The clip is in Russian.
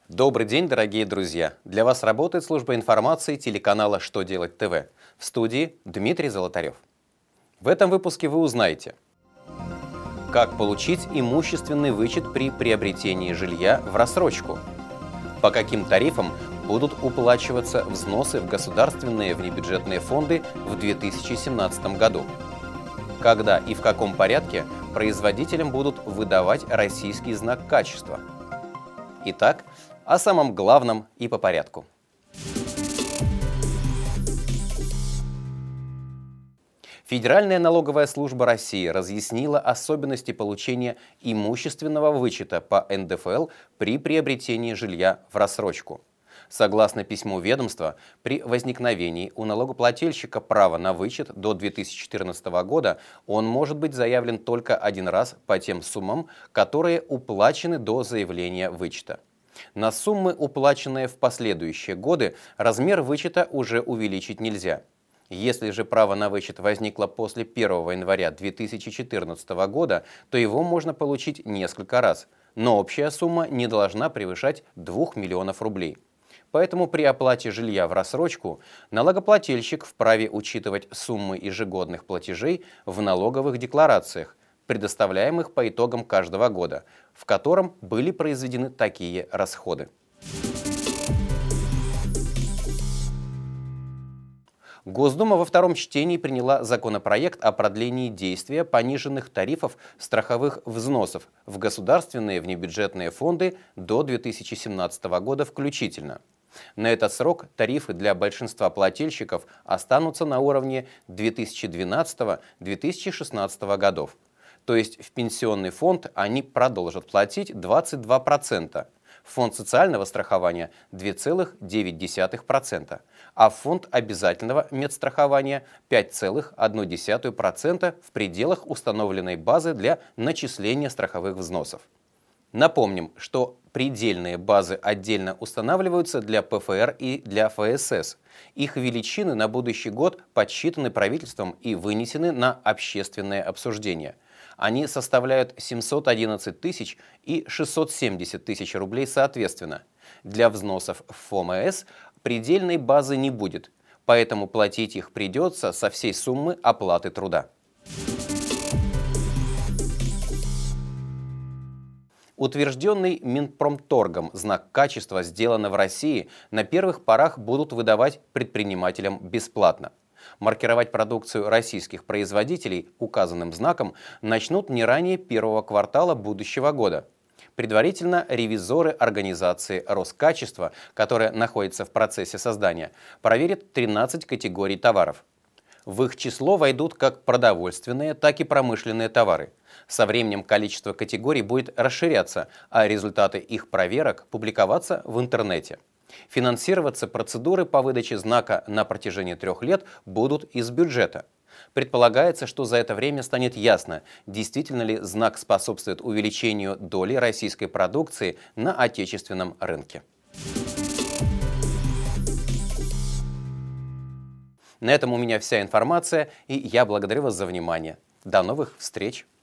Добрый день, дорогие друзья! Для вас работает служба информации телеканала «Что делать ТВ». В студии Дмитрий Золотарев. В этом выпуске вы узнаете, как получить имущественный вычет при приобретении жилья в рассрочку, по каким тарифам будут уплачиваться взносы в государственные внебюджетные фонды в 2017 году, когда и в каком порядке производителям будут выдавать российский знак качества. Итак, о самом главном и по порядку. Федеральная налоговая служба России разъяснила особенности получения имущественного вычета по НДФЛ при приобретении жилья в рассрочку. Согласно письму ведомства, при возникновении у налогоплательщика права на вычет до 2014 года он может быть заявлен только один раз по тем суммам, которые уплачены до заявления вычета. На суммы, уплаченные в последующие годы, размер вычета уже увеличить нельзя. Если же право на вычет возникло после 1 января 2014 года, то его можно получить несколько раз, но общая сумма не должна превышать 2 миллионов рублей. Поэтому при оплате жилья в рассрочку налогоплательщик вправе учитывать суммы ежегодных платежей в налоговых декларациях, предоставляемых по итогам каждого года, в котором были произведены такие расходы. Госдума во втором чтении приняла законопроект о продлении действия пониженных тарифов страховых взносов в государственные внебюджетные фонды до 2017 года включительно. На этот срок тарифы для большинства плательщиков останутся на уровне 2012-2016 годов. То есть в пенсионный фонд они продолжат платить 22%, в фонд социального страхования 2,9%, а в фонд обязательного медстрахования 5,1% в пределах установленной базы для начисления страховых взносов. Напомним, что предельные базы отдельно устанавливаются для ПФР и для ФСС. Их величины на будущий год подсчитаны правительством и вынесены на общественное обсуждение. Они составляют 711 тысяч и 670 тысяч рублей соответственно. Для взносов в ФОМС предельной базы не будет, поэтому платить их придется со всей суммы оплаты труда. Утвержденный Минпромторгом знак качества «Сделано в России» на первых порах будут выдавать предпринимателям бесплатно. Маркировать продукцию российских производителей указанным знаком начнут не ранее первого квартала будущего года. Предварительно ревизоры организации Роскачества, которая находится в процессе создания, проверят 13 категорий товаров. В их число войдут как продовольственные, так и промышленные товары. Со временем количество категорий будет расширяться, а результаты их проверок публиковаться в интернете. Финансироваться процедуры по выдаче знака на протяжении 3 лет будут из бюджета. Предполагается, что за это время станет ясно, действительно ли знак способствует увеличению доли российской продукции на отечественном рынке. На этом у меня вся информация, и я благодарю вас за внимание. До новых встреч!